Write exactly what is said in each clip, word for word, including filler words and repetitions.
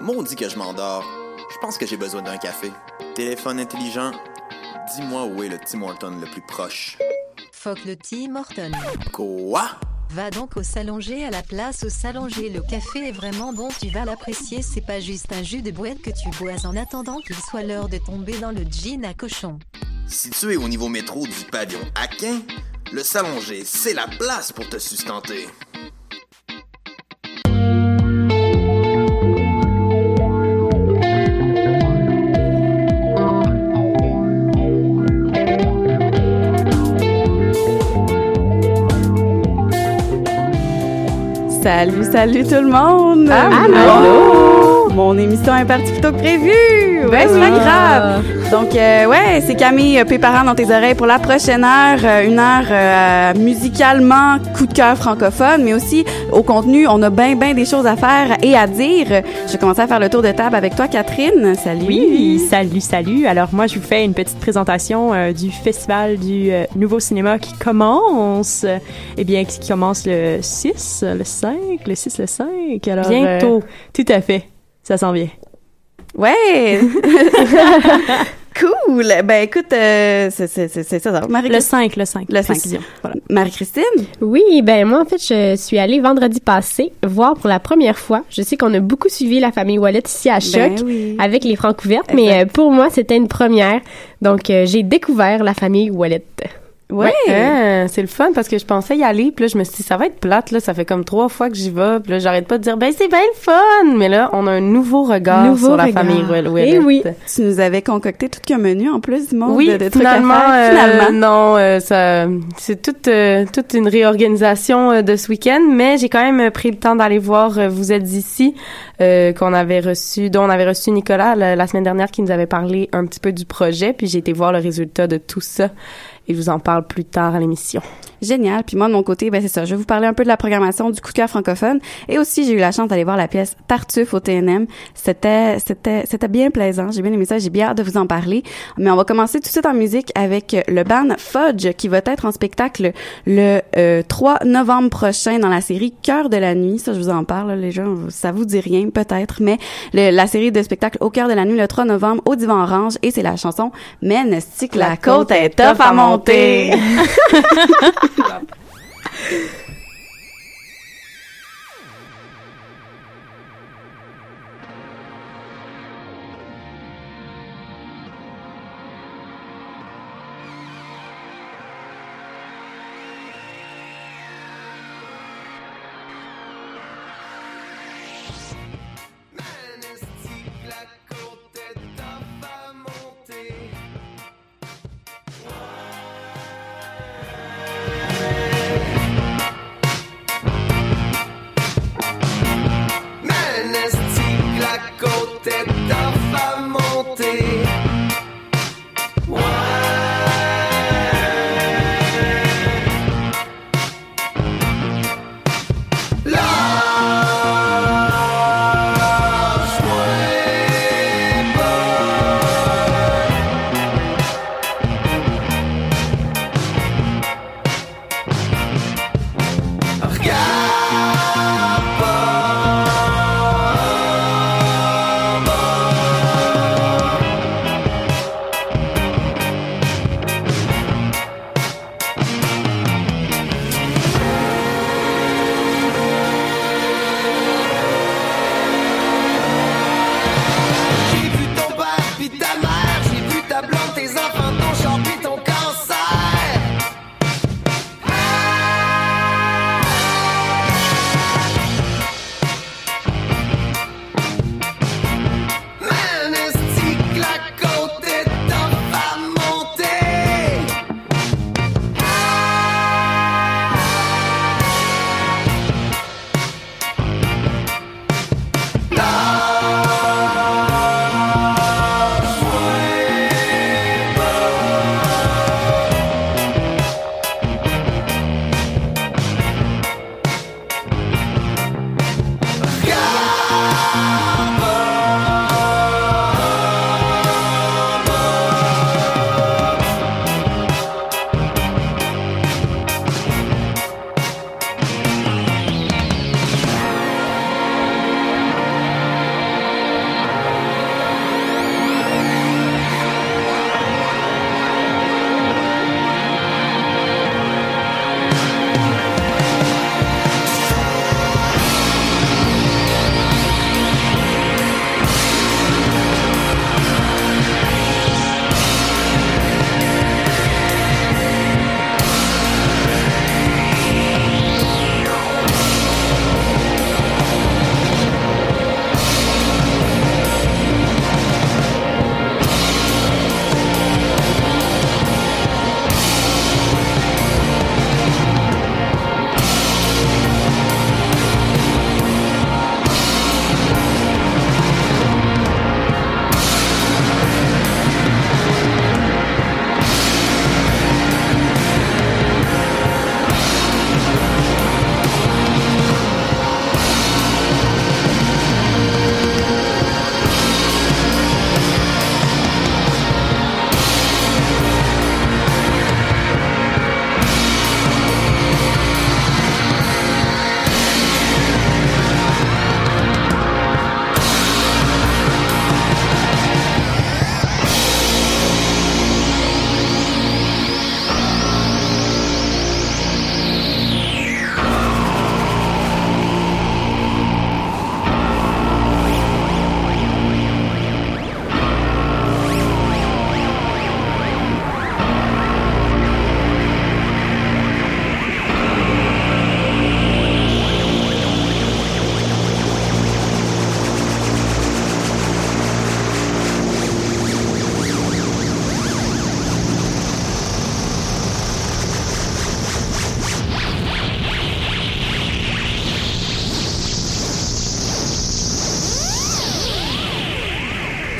Maudit que je m'endors. Je pense que j'ai besoin d'un café. Téléphone intelligent, dis-moi où est le Tim Hortons le plus proche. Fuck le Tim Hortons. Quoi? Va donc au Salonger à la place au Salonger. Le café est vraiment bon, tu vas l'apprécier. C'est pas juste un jus de boîte que tu bois en attendant qu'il soit l'heure de tomber dans le gin à cochon. Situé au niveau métro du pavillon Aquin, le Salonger, c'est la place pour te sustenter. Salut, salut tout le monde! Allô! Allô! Mon émission est partie plus tôt que prévu! Ouais, c'est pas grave! Donc, euh, ouais, c'est Camille Péparent dans tes oreilles pour la prochaine heure. Euh, une heure euh, musicalement coup de cœur francophone, mais aussi au contenu, on a bien, bien des choses à faire et à dire. Je vais commencer à faire le tour de table avec toi, Catherine. Salut! Oui, salut, salut! Alors, moi, je vous fais une petite présentation euh, du Festival du euh, Nouveau Cinéma qui commence, euh, eh bien, qui commence le six, le cinq, le six, le cinq. Alors, bientôt. Euh, tout à fait. Ça s'en vient. Ouais! Cool! Ben écoute, euh, c'est, c'est, c'est, c'est ça. Marie- le cinq, le cinq. Le cinq. Voilà. Marie-Christine? Oui, ben moi, en fait, je suis allée vendredi passé voir pour la première fois. Je sais qu'on a beaucoup suivi la famille Ouellet ici à Choc ben oui. avec les Francouvertes, mais euh, pour moi, c'était une première. Donc, euh, j'ai découvert la famille Ouellet. Ouais, ouais. Hein, c'est le fun parce que je pensais y aller, puis là je me suis dit ça va être plate là, ça fait comme trois fois que j'y vais, puis là j'arrête pas de dire ben c'est bien le fun, mais là on a un nouveau regard nouveau sur la regard. famille Ouellet. Et oui, tu nous avais concocté tout qu'un menu en plus du monde oui, de, de finalement, trucs à faire. Finalement, euh, non, euh, ça c'est toute euh, toute une réorganisation euh, de ce week-end, mais j'ai quand même pris le temps d'aller voir euh, Vous êtes ici, euh, qu'on avait reçu, dont on avait reçu Nicolas la, la semaine dernière qui nous avait parlé un petit peu du projet, puis j'ai été voir le résultat de tout ça. Et je vous en parle plus tard à l'émission. Génial. Puis moi, de mon côté, ben c'est ça. Je vais vous parler un peu de la programmation du coup de cœur francophone. Et aussi, j'ai eu la chance d'aller voir la pièce Tartuffe au T N M. C'était, c'était, c'était bien plaisant. J'ai bien aimé ça. J'ai bien hâte de vous en parler. Mais on va commencer tout de suite en musique avec le band Fudge qui va être en spectacle le euh, trois novembre prochain dans la série Cœur de la nuit. Ça, je vous en parle, là, les gens. Ça vous dit rien, peut-être. Mais le, la série de spectacle Au cœur de la nuit le trois novembre au Divan Orange. Et c'est la chanson Men stick la, la côte est tough à monter. La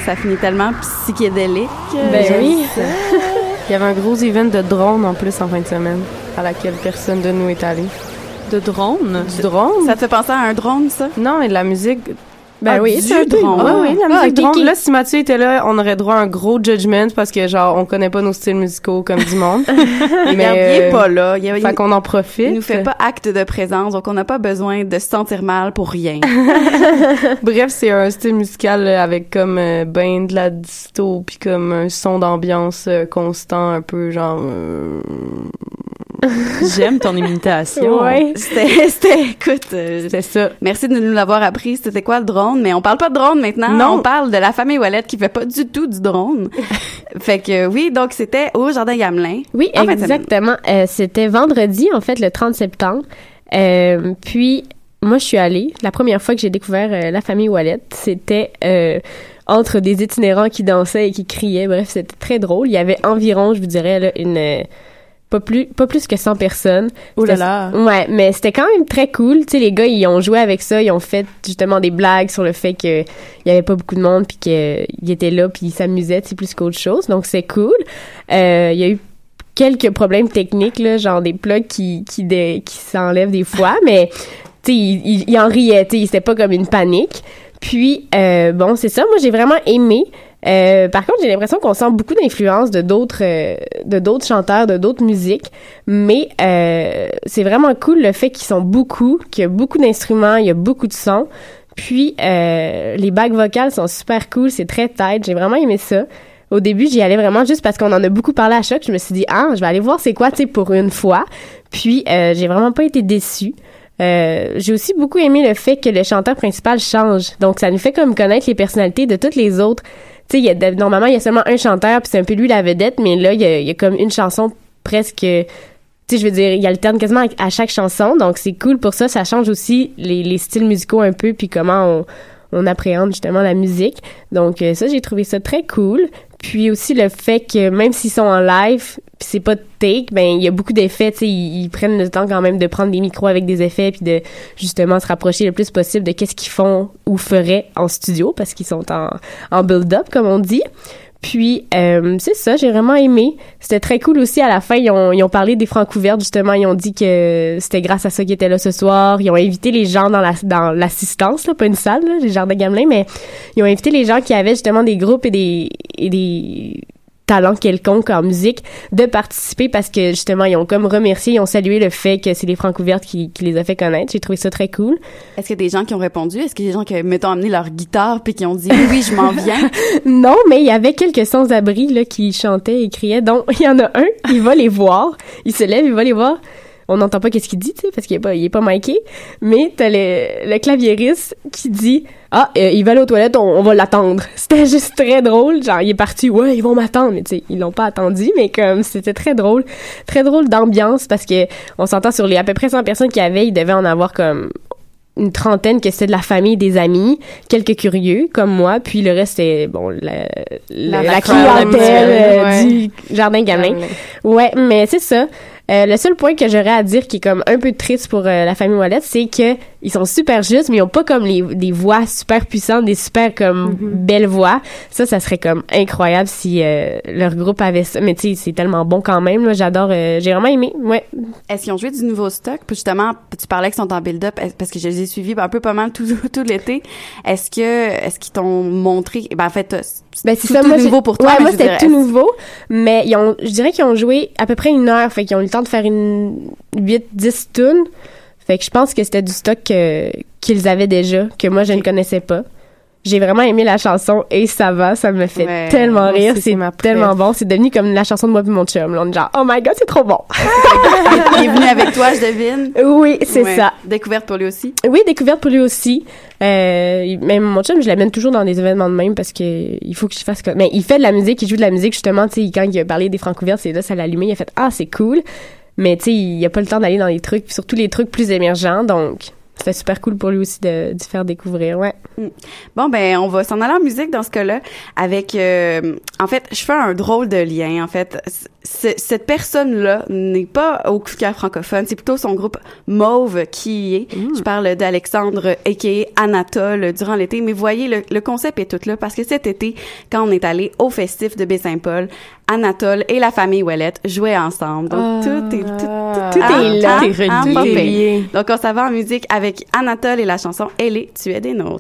ça finit tellement psychédélique. Ben J'aime oui. ça. Il y avait un gros event de drone en plus en fin de semaine, à laquelle personne de nous est allé. De drone? Du drone? Ça te fait penser à un drone, ça? Non, mais de la musique... Ben Ah, oui, du c'est un peu- drone. Oui, oui, la Ah, musique drone. geeky. Là, si Mathieu était là, on aurait droit à un gros judgment parce que, genre, on connaît pas nos styles musicaux comme du monde. Mais mais, regarde, il est euh, pas là. Il, il- Fait qu'on en profite. il nous fait pas acte de présence, donc on n'a pas besoin de se sentir mal pour rien. Bref, c'est un style musical euh, avec comme euh, ben de la disto puis comme un son d'ambiance euh, constant, un peu genre... euh, J'aime ton imitation. Ouais. C'était, c'était, écoute, euh, C'est ça. merci de nous l'avoir appris. C'était quoi le drone? Mais on parle pas de drone maintenant. Non. On parle de la famille Ouellette qui fait pas du tout du drone. Fait que oui, donc c'était au Jardin Gamelin. Oui, En fin de semaine. exactement. Euh, c'était vendredi, en fait, le trente septembre. Euh, puis, moi, je suis allée. La première fois que j'ai découvert euh, la famille Ouellette, c'était euh, entre des itinérants qui dansaient et qui criaient. Bref, c'était très drôle. Il y avait environ, je vous dirais, là, une... euh, pas plus, pas plus que cent personnes. Oh là C'était- là. Ouais, mais c'était quand même très cool. Tu sais, les gars, ils ont joué avec ça. Ils ont fait justement des blagues sur le fait que il y avait pas beaucoup de monde puis qu'ils étaient là puis ils s'amusaient, c'est plus qu'autre chose. Donc, c'est cool. Euh, il y a eu quelques problèmes techniques, là, genre des plugs qui, qui, dé- qui s'enlèvent des fois, mais, tu sais, ils, ils, ils en riaient, tu sais, c'était pas comme une panique. Puis, euh, bon, c'est ça. Moi, j'ai vraiment aimé. Euh, par contre, j'ai l'impression qu'on sent beaucoup d'influence de d'autres euh, de d'autres chanteurs, de d'autres musiques, mais euh, c'est vraiment cool le fait qu'ils sont beaucoup, qu'il y a beaucoup d'instruments, il y a beaucoup de sons. Puis euh, les bacs vocales sont super cool, c'est très tight, j'ai vraiment aimé ça. Au début, j'y allais vraiment juste parce qu'on en a beaucoup parlé à Choc, je me suis dit ah, je vais aller voir c'est quoi, tu sais, pour une fois. Puis euh, j'ai vraiment pas été déçue. Euh, j'ai aussi beaucoup aimé le fait que le chanteur principal change. Donc, ça nous fait comme connaître les personnalités de toutes les autres. Tu sais, il y a, normalement, il y a seulement un chanteur, puis c'est un peu lui la vedette, mais là, il y a, il y a comme une chanson presque... Tu sais, je veux dire, il alterne quasiment à, à chaque chanson, donc c'est cool pour ça. Ça change aussi les, les styles musicaux un peu, puis comment on, on appréhende justement la musique. Donc, euh, ça, j'ai trouvé ça très cool. Puis aussi le fait que même s'ils sont en live, puis c'est pas de take, ben il y a beaucoup d'effets, tu sais, ils, ils prennent le temps quand même de prendre des micros avec des effets puis de justement se rapprocher le plus possible de qu'est-ce qu'ils font ou feraient en studio parce qu'ils sont en, en build-up comme on dit. Puis, euh, c'est ça, j'ai vraiment aimé. C'était très cool aussi. À la fin, ils ont, ils ont parlé des Francouvertes, justement. Ils ont dit que c'était grâce à ça qu'ils étaient là ce soir. Ils ont invité les gens dans la, dans l'assistance, là, pas une salle, là, les Jardins Gamelin, mais ils ont invité les gens qui avaient justement des groupes et des, et des talents quelconques en musique de participer parce que, justement, ils ont comme remercié, ils ont salué le fait que c'est les Francouvertes qui, qui les a fait connaître. J'ai trouvé ça très cool. Est-ce qu'il y a des gens qui ont répondu? Est-ce qu'il y a des gens qui, mettons, amené leur guitare puis qui ont dit oui, je m'en viens? Non, mais il y avait quelques sans-abri là qui chantaient et criaient. Donc, il y en a un, il va les voir. Il se lève, il va les voir. On n'entend pas qu'est-ce qu'il dit, tu sais, parce qu'il est pas, il est pas miké. Mais t'as le, le claviériste qui dit « Ah, euh, il va aller aux toilettes, on, on va l'attendre. » C'était juste très drôle. Genre, il est parti « Ouais, ils vont m'attendre. » Mais tu sais, ils l'ont pas attendu, mais comme c'était très drôle. Très drôle d'ambiance parce que on s'entend sur les à peu près cent personnes qu'il y avait, il devait en avoir comme une trentaine que c'était de la famille, des amis, quelques curieux comme moi, puis le reste c'est bon la la, la clientèle euh, ouais. du Jardin Gamelin. Ouais, mais c'est ça. Euh, le seul point que j'aurais à dire qui est comme un peu triste pour euh, la famille Ouellette, c'est que ils sont super justes, mais ils ont pas comme les des voix super puissantes, des super comme Mm-hmm. belles voix. Ça, ça serait comme incroyable si euh, leur groupe avait ça. Mais tu sais, c'est tellement bon quand même. Là, j'adore. Euh, j'ai vraiment aimé. Ouais. Est-ce qu'ils ont joué du nouveau stock? Puis justement, tu parlais qu'ils sont en build-up est- parce que je les ai suivis un peu pas mal tout, tout l'été. Est-ce que est-ce qu'ils t'ont montré? Ben en fait, Ben c'est tout, ça. tout Moi, nouveau j'ai- pour toi. Ouais, mais moi je veux c'était dire, tout est-ce- nouveau. Mais ils ont, je dirais qu'ils ont joué à peu près une heure. Fait qu'ils ont eu le temps de faire une huit dix tunes. Fait que je pense que c'était du stock que, qu'ils avaient déjà, que moi je ne connaissais pas. J'ai vraiment aimé la chanson et ça va, ça me fait Ouais, tellement moi rire, aussi, c'est c'est ma tellement préf. bon, c'est devenu comme la chanson de moi et mon chum. Là, on est genre oh my god, c'est trop bon. Il est venu avec toi, je devine. Oui, c'est Ouais. ça. Découverte pour lui aussi. Oui, découverte pour lui aussi. Euh, même mon chum, je l'amène toujours dans des événements de même parce que il faut que je fasse comme. Mais il fait de la musique, il joue de la musique justement. Tu sais, quand il a parlé des Francouvertes, c'est là, ça l'a allumé. Il a fait ah c'est cool. Mais tu sais, il a pas le temps d'aller dans les trucs, puis surtout les trucs plus émergents. Donc c'était super cool pour lui aussi de, de faire découvrir. Ouais. Bon, ben, on va s'en aller en musique dans ce cas-là avec, euh, en fait, je fais un drôle de lien, en fait. ce, cette personne-là n'est pas au coup de cœur francophone, c'est plutôt son groupe Mauve qui y est. Mmh. Je parle d'Alexandre, aka Anatole, durant l'été, mais voyez, le, le concept est tout là, parce que cet été, quand on est allé au festif de Baie-Saint-Paul, Anatole et la famille Ouellette jouaient ensemble. Donc, ah, tout est, tout, tout, tout ah, est là. Tout est relié. Tout est lié. Donc, on s'en va en musique avec Anatole et la chanson « Elle est, tu es des nôtres ».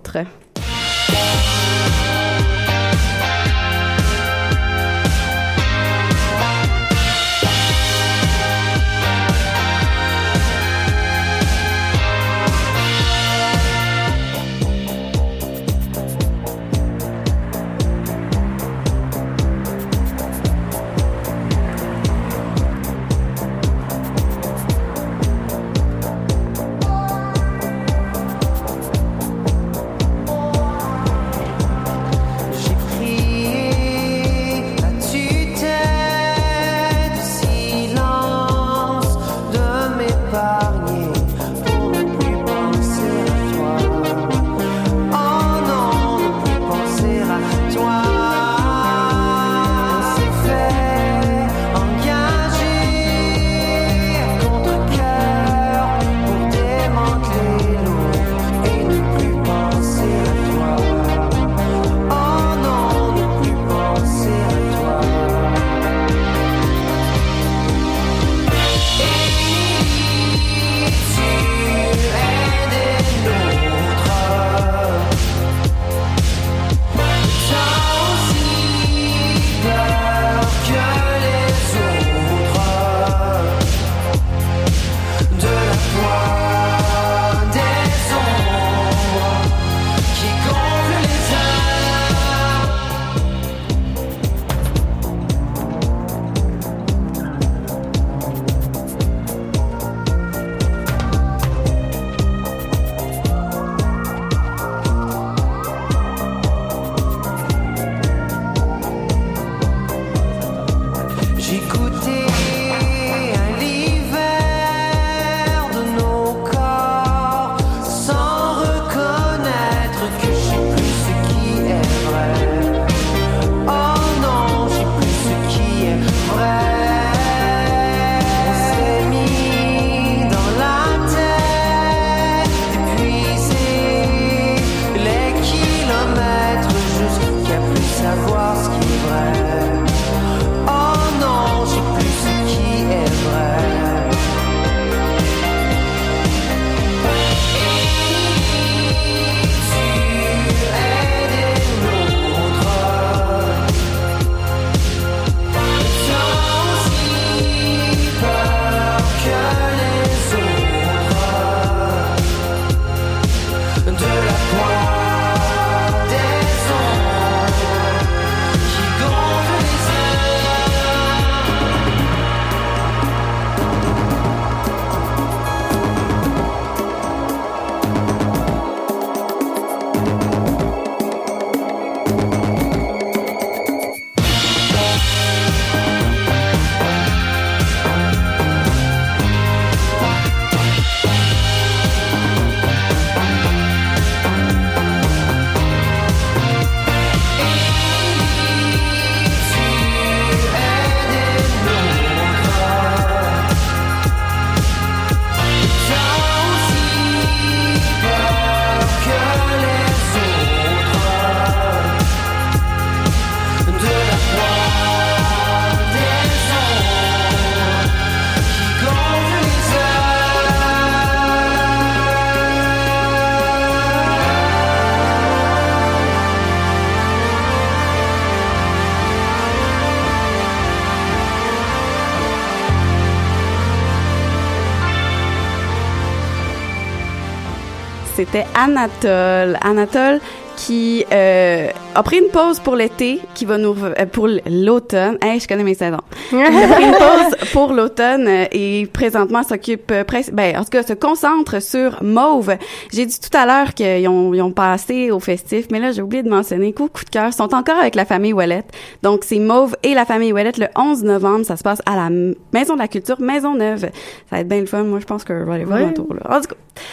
C'était Anatole. Anatole qui euh, a pris une pause pour l'été, qui va nous euh, pour l'automne. Hey, je connais mes saisons. Il a pris une pause pour l'automne euh, et présentement s'occupe, euh, pres- ben en tout cas se concentre sur Mauve. J'ai dit tout à l'heure qu'ils ont, ils ont passé au festif, mais là j'ai oublié de mentionner qu'au coup de cœur sont encore avec la famille Ouellette. Donc c'est Mauve et la famille Ouellette le onze novembre. Ça se passe à la Maison de la Culture Maisonneuve. Ça va être bien le fun. Moi je pense que je vais aller voir ouais. un tour là. En tout cas.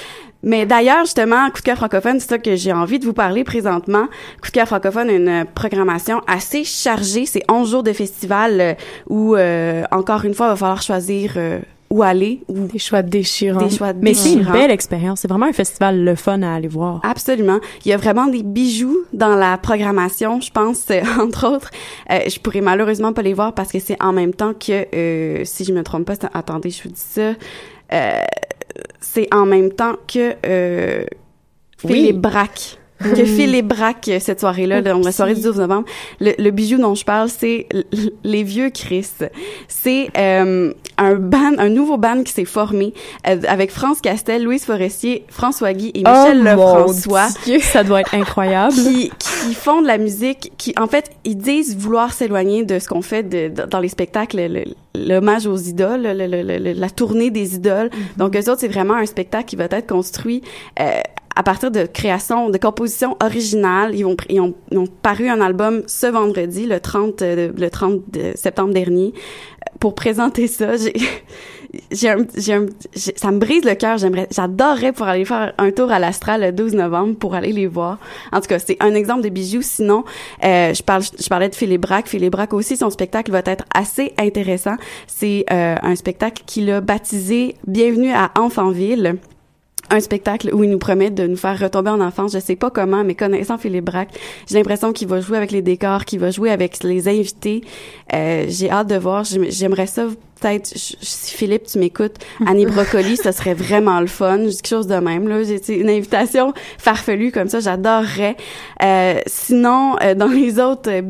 Mais d'ailleurs, justement, Coup de cœur francophone, c'est ça que j'ai envie de vous parler présentement. Coup de cœur francophone a une programmation assez chargée. C'est onze jours de festival euh, où, euh, encore une fois, il va falloir choisir euh, où aller. Ou des choix déchirants. Des choix Mais déchirants. c'est une belle expérience. C'est vraiment un festival le fun à aller voir. Absolument. Il y a vraiment des bijoux dans la programmation, je pense, euh, entre autres. Euh, je pourrais malheureusement pas les voir parce que c'est en même temps que, euh, si je me trompe pas, attendez, je vous dis ça, euh, c'est en même temps que euh, Philippe Oui. Braque. Que Philippe Braque, cette soirée-là, dans la soirée du douze novembre. Le, le bijou dont je parle, c'est l- Les Vieux Christ. C'est euh, un band, un nouveau band qui s'est formé euh, avec France Castel, Louise Forestier, François Guy et Michel Oh, Lefrançois. mon Dieu. Ça doit être incroyable. Qui, qui font de la musique, qui, en fait, ils disent vouloir s'éloigner de ce qu'on fait de, de- dans les spectacles, le, l'hommage aux idoles, le, le, le, le- la tournée des idoles. Mm-hmm. Donc, eux autres, c'est vraiment un spectacle qui va être construit euh, à partir de création, de compositions originales. Ils, vont, ils, ont, ils ont paru un album ce vendredi, le trente, euh, le trente de septembre dernier. Pour présenter ça, j'ai... J'ai un, j'ai un, j'ai, ça me brise le cœur. J'aimerais, j'adorerais pour aller faire un tour à l'Astral le douze novembre pour aller les voir. En tout cas, c'est un exemple de bijoux. Sinon, euh, je parle, je parlais de Philippe Braque. Philippe Braque aussi, son spectacle va être assez intéressant. C'est euh, un spectacle qu'il a baptisé Bienvenue à Enfantville. Un spectacle où il nous promet de nous faire retomber en enfance. Je sais pas comment, mais connaissant Philippe Braque, j'ai l'impression qu'il va jouer avec les décors, qu'il va jouer avec les invités. Euh, j'ai hâte de voir. J'aimerais ça, peut-être, si Philippe, tu m'écoutes, Annie Brocoli, ça serait vraiment le fun. Quelque chose de même, là. J'ai une invitation farfelue comme ça, j'adorerais. Euh, sinon, euh, dans les autres... Euh,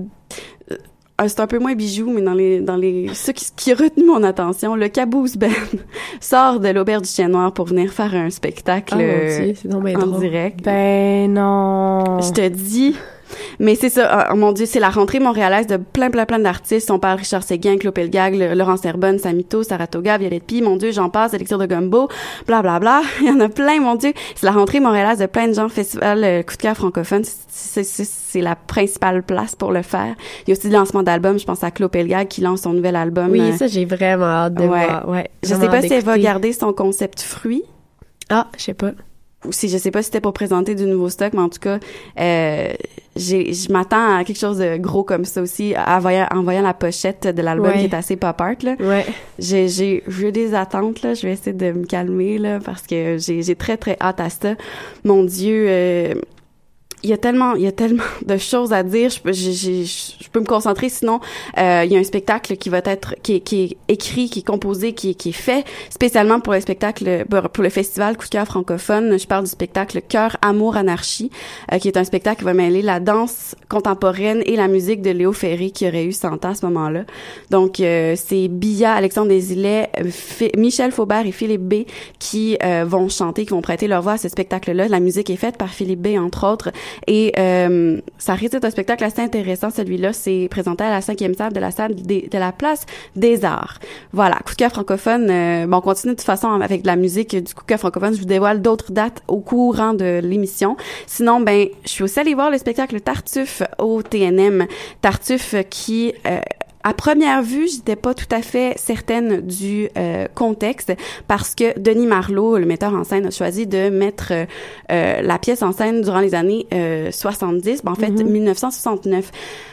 Euh, c'est un peu moins bijou, mais dans les dans les ceux qui, qui a retenu mon attention, le Caboose Band sort de l'Auberge du Chien Noir pour venir faire un spectacle Oh, mon euh, Dieu, c'est donc bien en drôle. direct. Ben non. Je te dis. Mais c'est ça, oh mon Dieu, c'est la rentrée montréalaise de plein, plein, plein d'artistes. On parle Richard Séguin, Claude Pelgag, Laurence Herbonne, Samito, Saratoga, Violette Pie, mon Dieu, j'en passe, Elixir de Gumbo, bla, bla, bla. Il y en a plein, mon Dieu. C'est la rentrée montréalaise de plein de gens. Festival euh, Coup de cœur francophone, c'est, c'est, c'est la principale place pour le faire. Il y a aussi le lancement d'albums. Je pense à Claude Pelgag qui lance son nouvel album. Oui, euh, ça, j'ai vraiment hâte de ouais. voir. Ouais, Je sais vraiment pas hâte si elle va d'écouter. garder son concept fruit. Ah, je sais pas. Ou si je sais pas si c'était pour présenter du nouveau stock, mais en tout cas, euh, j'ai, je m'attends à quelque chose de gros comme ça aussi, en voyant, en voyant la pochette de l'album Ouais. qui est assez pop art, là. Ouais. J'ai, j'ai, j'ai des attentes, là. Je vais essayer de me calmer, là, parce que j'ai, j'ai très, très hâte à ça. Mon Dieu, euh, il y a tellement, il y a tellement de choses à dire. Je peux, j'ai, j'ai, je peux me concentrer. Sinon, euh, il y a un spectacle qui va être, qui est, qui est écrit, qui est composé, qui est, qui est fait spécialement pour le spectacle, pour le festival Coup de cœur francophone. Je parle du spectacle Cœur, Amour, Anarchie, euh, qui est un spectacle qui va mêler la danse contemporaine et la musique de Léo Ferré, qui aurait eu cent ans à ce moment-là. Donc, euh, c'est Bia, Alexandre Desilets, F- Michel Faubert et Philippe B qui euh, vont chanter, qui vont prêter leur voix à ce spectacle-là. La musique est faite par Philippe B, entre autres. Et euh, ça risque d'être un spectacle assez intéressant, celui-là. C'est présenté à la cinquième salle de la salle des, de la place des Arts. Voilà, Coup de cœur francophone. Euh, bon, on continue de toute façon avec de la musique du Coup de cœur francophone. Je vous dévoile d'autres dates au courant de l'émission. Sinon, ben, je suis aussi allée voir le spectacle Tartuffe au T N M. Tartuffe qui... Euh, À première vue, j'étais pas tout à fait certaine du euh, contexte parce que Denis Marleau, le metteur en scène, a choisi de mettre euh, euh, la pièce en scène durant les années euh, soixante-dix, ben en fait Mm-hmm. dix-neuf cent soixante-neuf.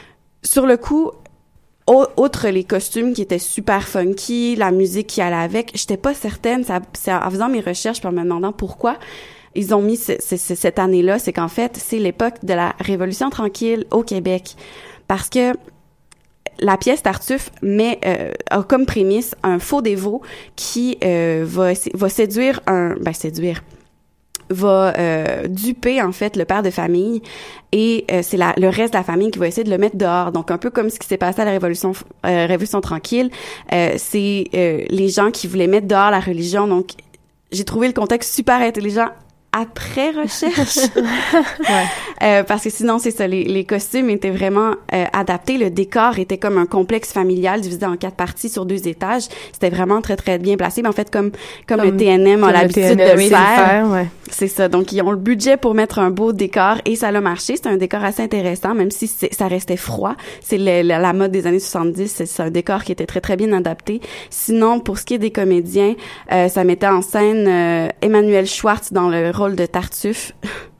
Sur le coup, au- outre les costumes qui étaient super funky, la musique qui allait avec, j'étais pas certaine. Ça, c'est en faisant mes recherches, puis en me demandant pourquoi ils ont mis ce, ce, ce, cette année-là, c'est qu'en fait, c'est l'époque de la Révolution tranquille au Québec. Parce que la pièce Tartuffe met euh, a comme prémisse un faux dévot qui euh, va va séduire un ben séduire va euh, duper en fait le père de famille et euh, c'est la, le reste de la famille qui va essayer de le mettre dehors. Donc un peu comme ce qui s'est passé à la Révolution euh, Révolution tranquille, euh, c'est euh, les gens qui voulaient mettre dehors la religion. Donc j'ai trouvé le contexte super intelligent après recherche. ouais. euh, parce que sinon, c'est ça, les, les costumes étaient vraiment euh, adaptés. Le décor était comme un complexe familial divisé en quatre parties sur deux étages. C'était vraiment très, très bien placé. Mais en fait, comme comme, comme le T N M a l'habitude de le faire, faire ouais. c'est ça. Donc, ils ont le budget pour mettre un beau décor et ça a marché. C'est un décor assez intéressant, même si c'est, ça restait froid. C'est le, la, la mode des années soixante-dix. C'est, c'est un décor qui était très, très bien adapté. Sinon, pour ce qui est des comédiens, euh, ça mettait en scène euh, Emmanuel Schwartz dans le rôle rôle de Tartuffe.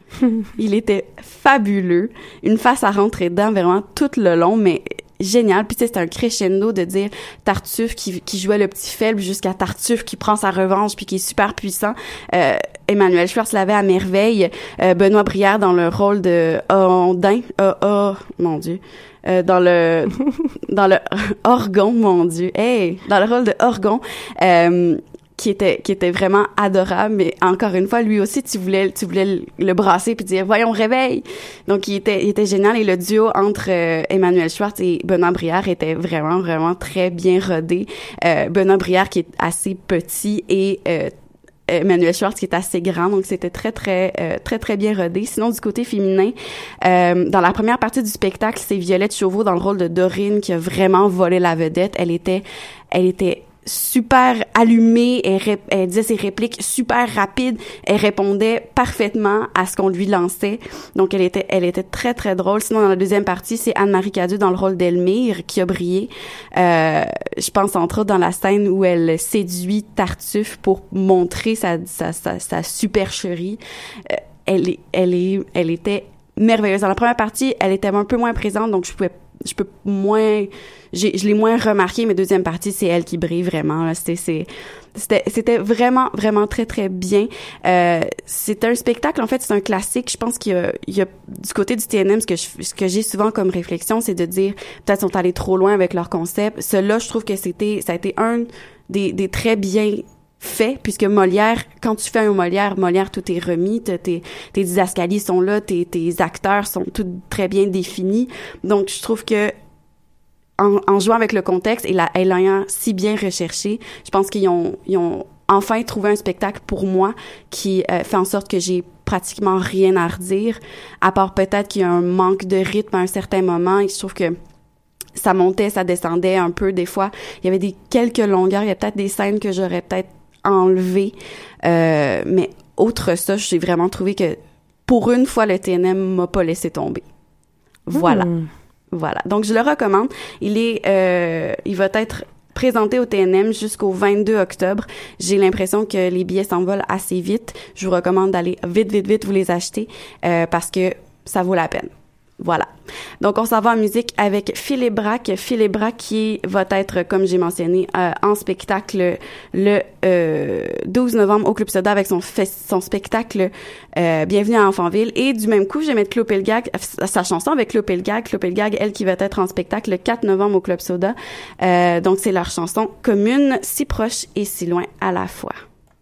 Il était fabuleux. Une face à rentrer dedans vraiment tout le long, mais génial. Puis tu sais, c'était un crescendo de dire Tartuffe qui, qui jouait le petit faible jusqu'à Tartuffe qui prend sa revanche puis qui est super puissant. Euh, Emmanuel Schwartz l'avait à merveille. Euh, Benoît Brière dans le rôle de Ondin. Oh, oh, mon Dieu. Euh, dans le dans le Orgon, mon Dieu. Hey, dans le rôle de Orgon. Euh, qui était qui était vraiment adorable, mais encore une fois lui aussi tu voulais tu voulais le brasser puis dire voyons réveille. Donc il était il était génial et le duo entre euh, Emmanuel Schwartz et Benoît Brière était vraiment vraiment très bien rodé. Euh, Benoît Brière qui est assez petit et euh, Emmanuel Schwartz qui est assez grand, donc c'était très très euh, très très bien rodé. Sinon du côté féminin, euh, dans la première partie du spectacle, c'est Violette Chauveau dans le rôle de Dorine qui a vraiment volé la vedette. Elle était elle était super allumée, elle, ré- elle disait ses répliques super rapides, elle répondait parfaitement à ce qu'on lui lançait. Donc elle était elle était très très drôle. Sinon dans la deuxième partie, c'est Anne-Marie Cadieux dans le rôle d'Elmire qui a brillé. Euh, je pense entre autres dans la scène où elle séduit Tartuffe pour montrer sa sa sa, sa supercherie. Euh, elle est elle est elle était merveilleuse. Dans la première partie, elle était un peu moins présente, donc je pouvais je peux moins j'ai je l'ai moins remarqué, mais deuxième partie c'est elle qui brille vraiment là. c'était c'est c'était c'était vraiment vraiment très très bien. Euh c'est un spectacle, en fait c'est un classique. Je pense qu'il y a il y a du côté du T N M ce que je, ce que j'ai souvent comme réflexion, c'est de dire peut-être sont allés trop loin avec leur concept. Celui-là, je trouve que c'était ça a été un des des très bien fait, puisque Molière, quand tu fais un Molière, Molière, tout est remis, tes, tes didascalies sont là, tes, tes acteurs sont tous très bien définis. Donc, je trouve que en, en jouant avec le contexte et la, et l'ayant si bien recherché, je pense qu'ils ont, ils ont enfin trouvé un spectacle pour moi qui euh, fait en sorte que j'ai pratiquement rien à redire, à part peut-être qu'il y a un manque de rythme à un certain moment, et je trouve que ça montait, ça descendait un peu des fois. Il y avait des quelques longueurs, il y a peut-être des scènes que j'aurais peut-être enlevé, euh, mais autre ça, j'ai vraiment trouvé que pour une fois le T N M m'a pas laissé tomber. Voilà, mmh. voilà. Donc je le recommande. Il est, euh, il va être présenté au T N M jusqu'au vingt-deux octobre. J'ai l'impression que les billets s'envolent assez vite. Je vous recommande d'aller vite, vite, vite vous les acheter euh, parce que ça vaut la peine. Voilà. Donc, on s'en va en musique avec Philippe Braque. Philippe Braque qui va être, comme j'ai mentionné, euh, en spectacle le euh, douze novembre au Club Soda avec son, son spectacle euh, Bienvenue à Enfantville. Et du même coup, je vais mettre Clopelgag, sa chanson avec Clopelgag. Clopelgag, elle qui va être en spectacle le quatre novembre au Club Soda. Euh, donc, c'est leur chanson commune, si proche et si loin à la fois.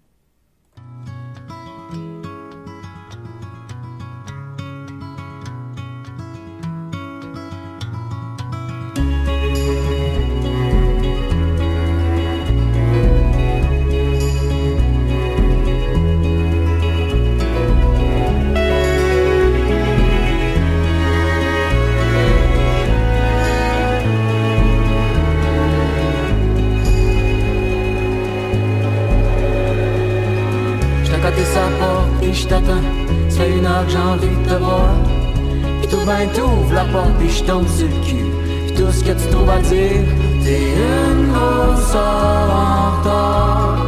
Je t'attends, ça fait une heure que j'ai envie de te voir. Pis tout ben t'ouvres la porte pis je tombe sur le cul. Pis tout ce que tu trouves à dire, t'es une grosse heure en retard.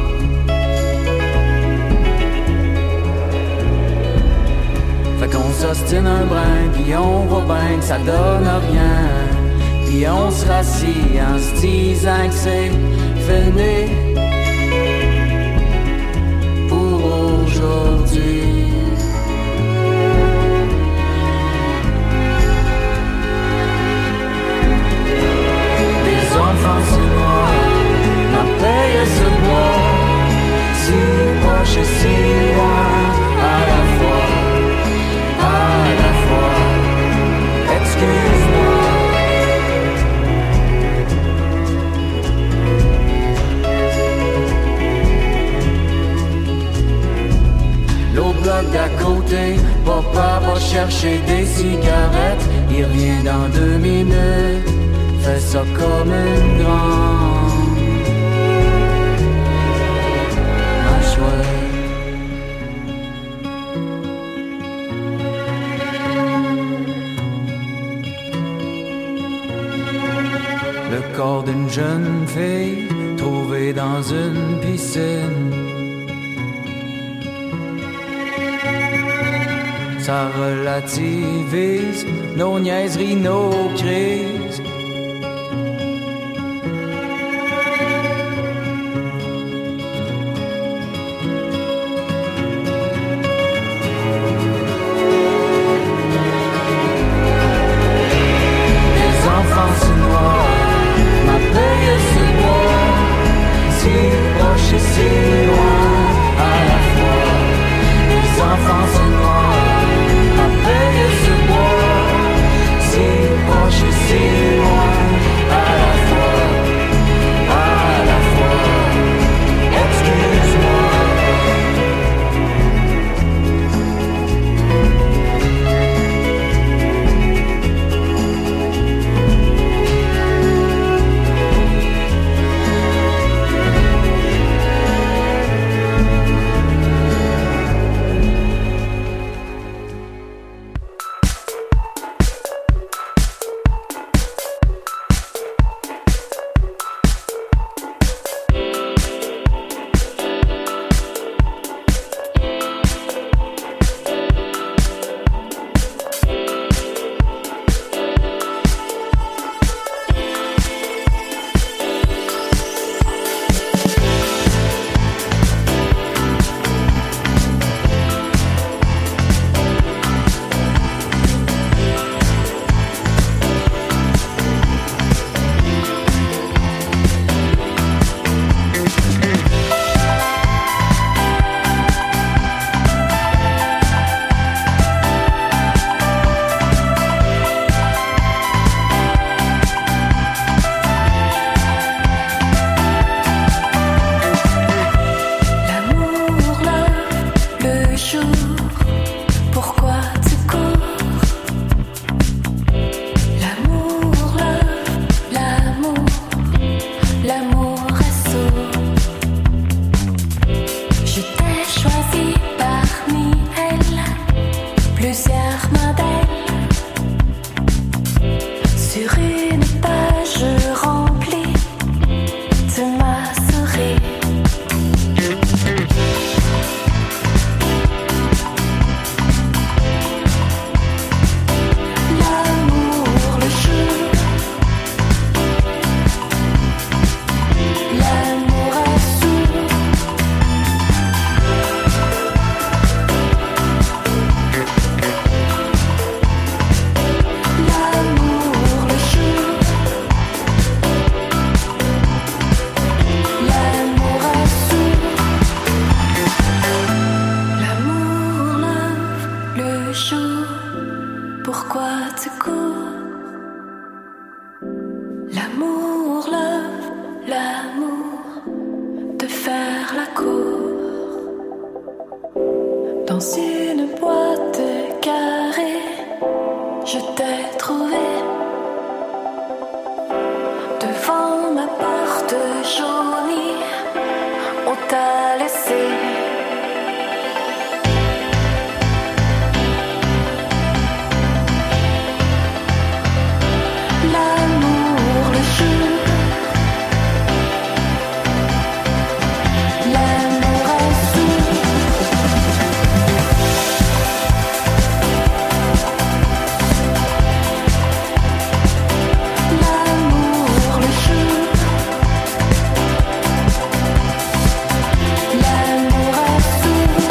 Fait qu'on s'ostine un brin, pis on voit ben que ça donne rien. Pis on se rassit en se disant que c'est fini. Aujourd'hui, les enfants c'est moi, ma paye ce bois, si proche et si loin, à la fois, à la fois, excuse-moi. Bloc d'à côté, papa va chercher des cigarettes. Il revient dans deux minutes, fait ça comme une grande. Ma chouette. Le corps d'une jeune fille trouvé dans une piscine. ça relativise nos niaiseries, nos crises. Si loin à la fois, les enfants sont noirs, ma paix se boit, si proche et si loin à la fois, à la fois, excuse-moi. Dans une boîte carrée, je t'ai trouvé. Devant ma porte jaunie, on t'a laissé. L'amour, le jeu, l'amour est sourd. L'amour, le jeu, l'amour est sourd.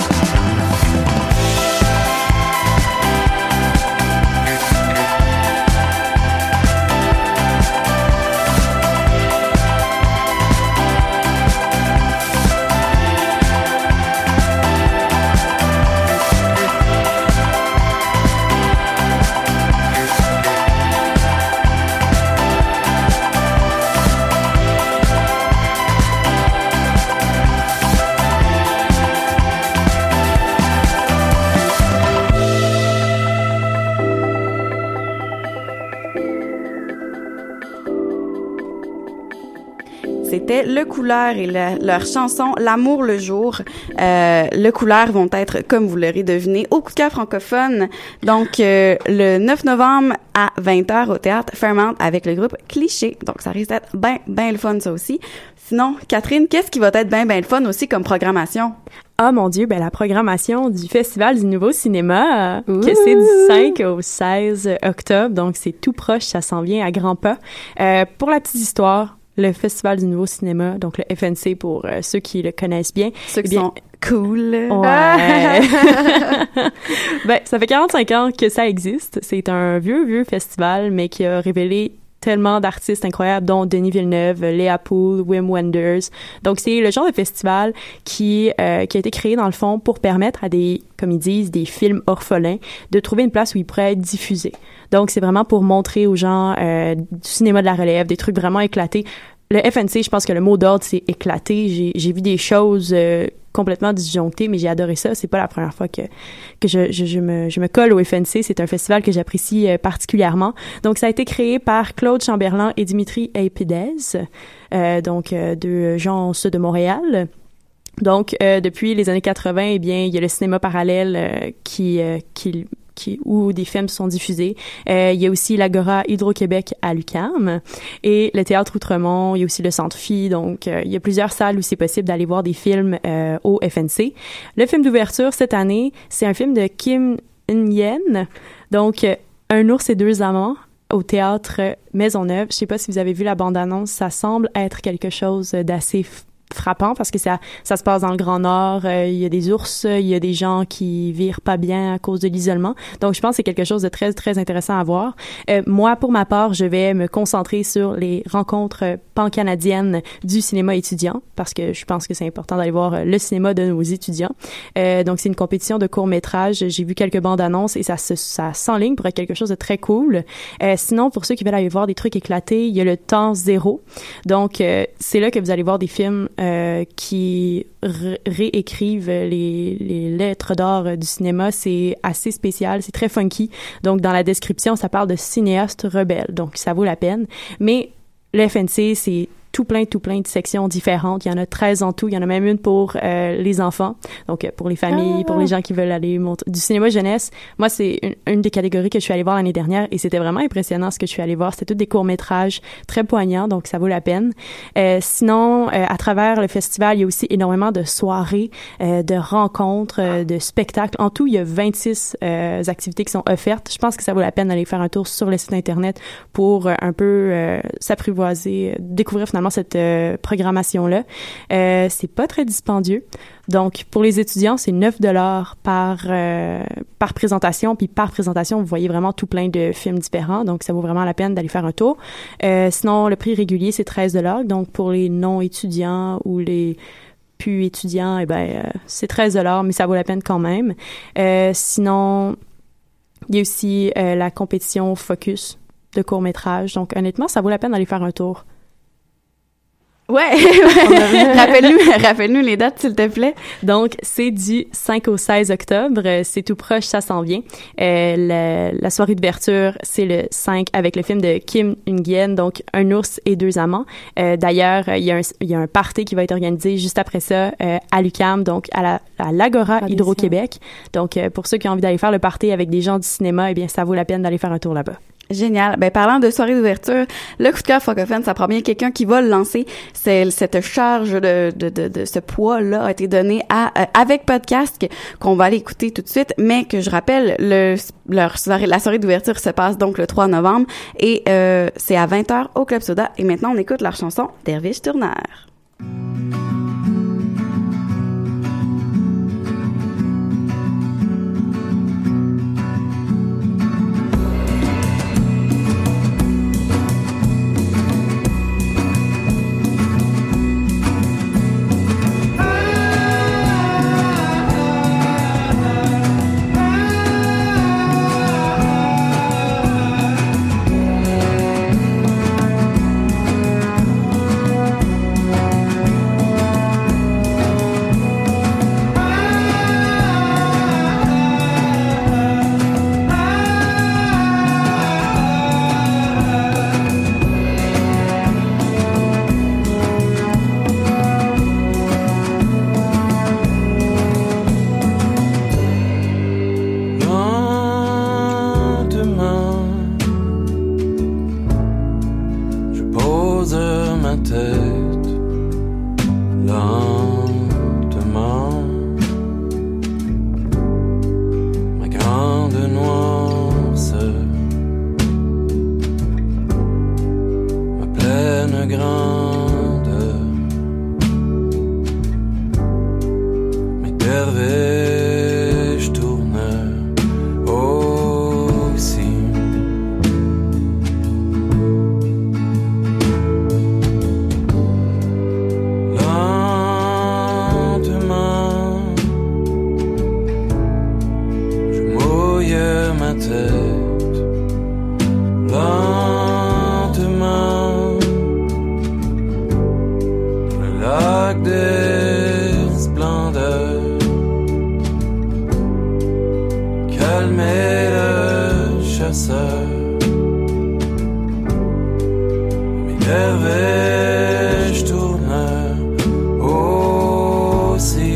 C'était Le Couleur et le, leur chanson L'amour le jour. Euh, Le Couleur vont être, comme vous l'aurez deviné, au Coup de cœur francophone. Donc, euh, le neuf novembre à vingt heures au théâtre Fairmount avec le groupe Cliché. Donc, ça risque d'être ben, ben le fun, ça aussi. Sinon, Catherine, qu'est-ce qui va être ben, ben le fun aussi comme programmation? Ah mon Dieu, ben la programmation du Festival du Nouveau Cinéma, euh, que c'est du cinq au seize octobre, donc c'est tout proche, ça s'en vient à grands pas. Euh, pour la petite histoire, le Festival du Nouveau Cinéma, donc le F N C pour euh, ceux qui le connaissent bien. Ceux qui eh bien, sont cool. Ouais. Ben, ça fait quarante-cinq ans que ça existe. C'est un vieux, vieux festival, mais qui a révélé tellement d'artistes incroyables, dont Denis Villeneuve, Léa Poole, Wim Wenders. Donc, c'est le genre de festival qui, euh, qui a été créé, dans le fond, pour permettre à des, comme ils disent, des films orphelins de trouver une place où ils pourraient être diffusés. Donc, c'est vraiment pour montrer aux gens euh, du cinéma de la relève, des trucs vraiment éclatés. Le F N C, je pense que le mot d'ordre, c'est éclaté. J'ai, j'ai vu des choses euh, complètement disjonctées, mais j'ai adoré ça. C'est pas la première fois que que je, je, je me je me colle au F N C. C'est un festival que j'apprécie euh, particulièrement. Donc, ça a été créé par Claude Chamberlain et Dimitri Eipidez, euh, donc euh, deux gens de Montréal. Donc, euh, depuis les années quatre-vingts, eh bien, il y a le cinéma parallèle euh, qui euh, qui Qui, où des films sont diffusés. Euh, il y a aussi l'Agora Hydro-Québec à l'U Q A M et le Théâtre Outremont. Il y a aussi le Centre Phi. Donc, euh, il y a plusieurs salles où c'est possible d'aller voir des films euh, au F N C. Le film d'ouverture cette année, c'est un film de Kim In-yen. Donc, euh, Un ours et deux amants au Théâtre Maisonneuve. Je sais pas si vous avez vu la bande-annonce. Ça semble être quelque chose d'assez f- frappant parce que ça ça se passe dans le Grand Nord, euh, il y a des ours, il y a des gens qui virent pas bien à cause de l'isolement. Donc je pense que c'est quelque chose de très très intéressant à voir. Euh, moi pour ma part, je vais me concentrer sur les rencontres pan-canadiennes du cinéma étudiant parce que je pense que c'est important d'aller voir le cinéma de nos étudiants. Euh, donc c'est une compétition de court-métrage, j'ai vu quelques bandes annonces et ça se ça s'enligne pour être quelque chose de très cool. Euh, sinon pour ceux qui veulent aller voir des trucs éclatés, il y a le Temps Zéro. Donc euh, c'est là que vous allez voir des films Euh, qui ré- réécrivent les, les lettres d'or euh, du cinéma. C'est assez spécial, c'est très funky. Donc, dans la description, ça parle de cinéastes rebelles. Donc, ça vaut la peine. Mais le F N C, c'est tout plein, tout plein de sections différentes. Il y en a treize en tout. Il y en a même une pour euh, les enfants. Donc, euh, pour les familles, ah. pour les gens qui veulent aller montrer du cinéma jeunesse. Moi, c'est une, une des catégories que je suis allée voir l'année dernière et c'était vraiment impressionnant ce que je suis allée voir. C'était tous des courts-métrages très poignants, donc ça vaut la peine. Euh, sinon, euh, à travers le festival, il y a aussi énormément de soirées, euh, de rencontres, euh, de spectacles. En tout, il y a vingt-six euh, activités qui sont offertes. Je pense que ça vaut la peine d'aller faire un tour sur le site Internet pour euh, un peu euh, s'apprivoiser, euh, découvrir finalement cette euh, programmation-là. Euh, c'est pas très dispendieux. Donc, pour les étudiants, c'est neuf dollars par euh, par présentation. Puis par présentation, vous voyez vraiment tout plein de films différents. Donc, ça vaut vraiment la peine d'aller faire un tour. Euh, sinon, le prix régulier, c'est treize dollars. Donc, pour les non-étudiants ou les plus étudiants, eh ben, euh, c'est treize dollars, mais ça vaut la peine quand même. Euh, sinon, il y a aussi euh, la compétition Focus de court-métrage. Donc, honnêtement, ça vaut la peine d'aller faire un tour. Ouais, rappelle-nous, rappelle-nous les dates, s'il te plaît. Donc, c'est du cinq au seize octobre. C'est tout proche, ça s'en vient. Euh, la, la soirée d'ouverture, c'est le cinq avec le film de Kim In-yen, donc Un ours et deux amants. Euh, d'ailleurs, il y a un, il y a un party qui va être organisé juste après ça euh, à l'U Q A M, donc à la à l'Agora ah, Hydro-Québec. Donc, euh, pour ceux qui ont envie d'aller faire le party avec des gens du cinéma, eh bien, ça vaut la peine d'aller faire un tour là-bas. Génial. Ben, parlant de soirée d'ouverture, le coup de cœur francophone, ça prend bien quelqu'un qui va le lancer. C'est, cette charge de, de, de, de ce poids-là a été donnée à, euh, avec podcast, qu'on va aller écouter tout de suite, mais que je rappelle, le, leur soirée, la soirée d'ouverture se passe donc le trois novembre et, euh, c'est à vingt heures au Club Soda. Et maintenant, on écoute leur chanson Derviche Turner. Thank tête, lentement, le lac des splendeurs, calmer le chasseur, m'énerver, je tourne aussi.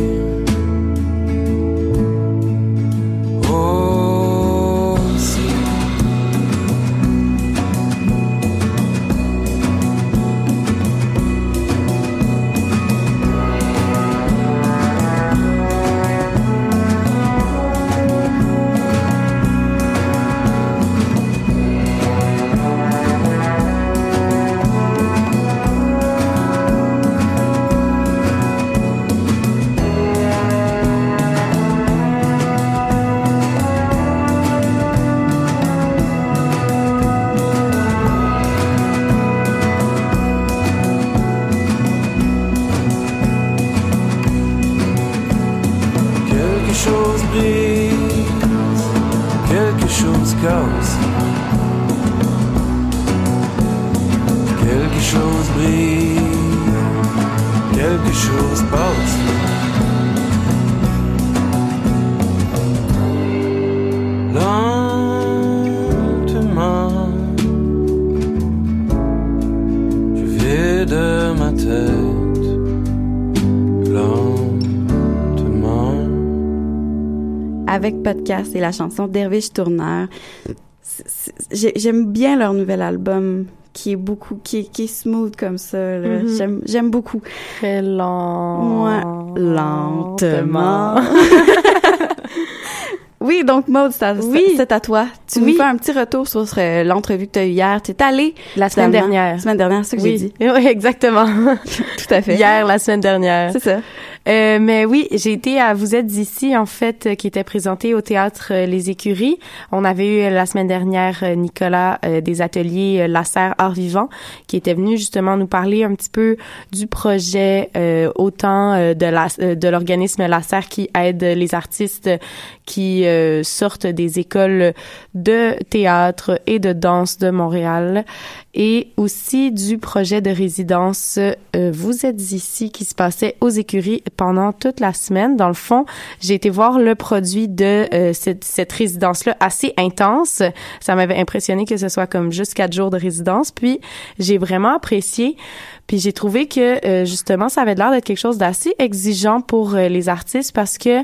Avec Podcast et la chanson d'Herviche Tourneur. C'est, c'est, j'aime bien leur nouvel album qui est beaucoup, qui est, qui est smooth comme ça, là. Mm-hmm. J'aime, j'aime beaucoup. Très lent. Ouais. Lentement. Oui, donc Maude, c'est à, oui. c'est à toi. Tu oui. nous fais un petit retour sur euh, l'entrevue que tu as eue hier. Tu es allée la semaine dernière. La semaine dernière, c'est ce que oui. j'ai dit. Oui, exactement. Tout à fait. Hier, la semaine dernière. C'est ça. Euh, mais oui, j'ai été à Vous êtes ici, en fait, euh, qui était présenté au théâtre euh, Les Écuries. On avait eu euh, la semaine dernière euh, Nicolas euh, des ateliers euh, Lasserre Art Vivant, qui était venu justement nous parler un petit peu du projet euh, autant euh, de la euh, de l'organisme Lasserre qui aide les artistes qui euh, sortent des écoles de théâtre et de danse de Montréal, et aussi du projet de résidence euh, Vous êtes ici qui se passait aux Écuries pendant toute la semaine. Dans le fond, j'ai été voir le produit de euh, cette, cette résidence-là assez intense. Ça m'avait impressionné que ce soit comme juste quatre jours de résidence, puis j'ai vraiment apprécié. Puis j'ai trouvé que euh, justement, ça avait l'air d'être quelque chose d'assez exigeant pour euh, les artistes parce que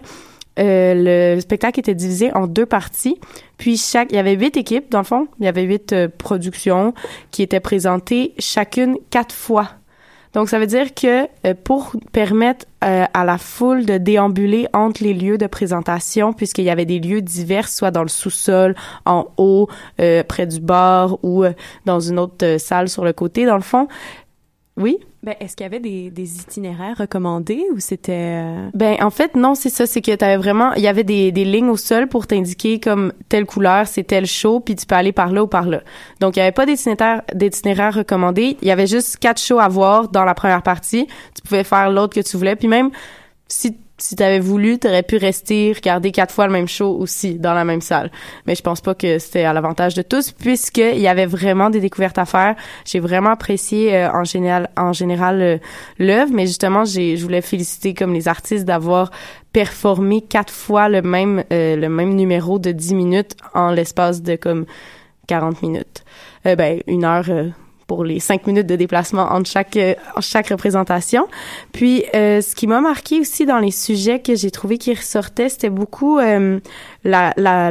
Euh, le spectacle était divisé en deux parties. Puis chaque, il y avait huit équipes dans le fond. Il y avait huit euh, productions qui étaient présentées chacune quatre fois. Donc ça veut dire que euh, pour permettre euh, à la foule de déambuler entre les lieux de présentation, puisqu'il y avait des lieux divers, soit dans le sous-sol, en haut, euh, près du bar ou euh, dans une autre euh, salle sur le côté, dans le fond. Oui? Ben, est-ce qu'il y avait des, des itinéraires recommandés ou c'était... Euh... Ben, en fait, non, c'est ça. C'est que t'avais vraiment... Il y avait des, des lignes au sol pour t'indiquer comme telle couleur, c'est tel show, puis tu peux aller par là ou par là. Donc, il y avait pas d'itinéraire, d'itinéraire recommandé. Il y avait juste quatre shows à voir dans la première partie. Tu pouvais faire l'autre que tu voulais. Puis même, si si t'avais voulu, t'aurais pu rester regarder quatre fois le même show aussi dans la même salle. Mais je pense pas que c'était à l'avantage de tous, puisqu'il y avait vraiment des découvertes à faire. J'ai vraiment apprécié euh, en général, en général euh, l'œuvre, mais justement, j'ai, je voulais féliciter comme les artistes d'avoir performé quatre fois le même euh, le même numéro de dix minutes en l'espace de comme quarante minutes. Euh, ben une heure. Euh, pour les cinq minutes de déplacement entre chaque euh, chaque représentation. Puis, euh, ce qui m'a marqué aussi dans les sujets que j'ai trouvé qui ressortaient, c'était beaucoup euh, la, la,